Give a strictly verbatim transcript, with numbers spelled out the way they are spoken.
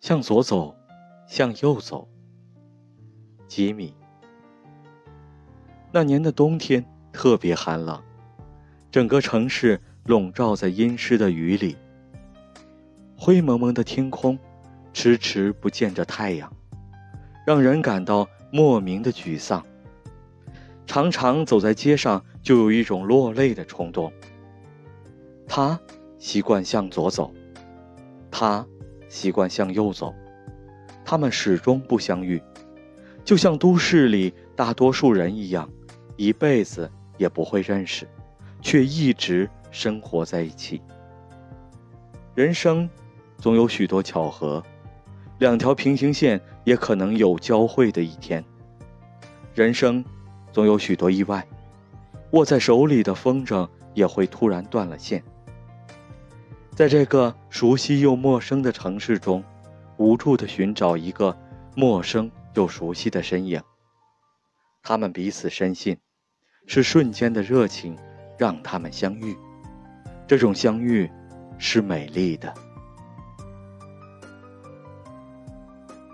向左走，向右走。吉米。那年的冬天特别寒冷，整个城市笼罩在阴湿的雨里，灰蒙蒙的天空迟迟不见着太阳，让人感到莫名的沮丧。常常走在街上，就有一种落泪的冲动。他习惯向左走，他习惯向右走，他们始终不相遇，就像都市里大多数人一样，一辈子也不会认识，却一直生活在一起。人生总有许多巧合，两条平行线也可能有交汇的一天。人生总有许多意外，握在手里的风筝也会突然断了线。在这个熟悉又陌生的城市中，无助地寻找一个陌生又熟悉的身影。他们彼此深信，是瞬间的热情让他们相遇，这种相遇是美丽的。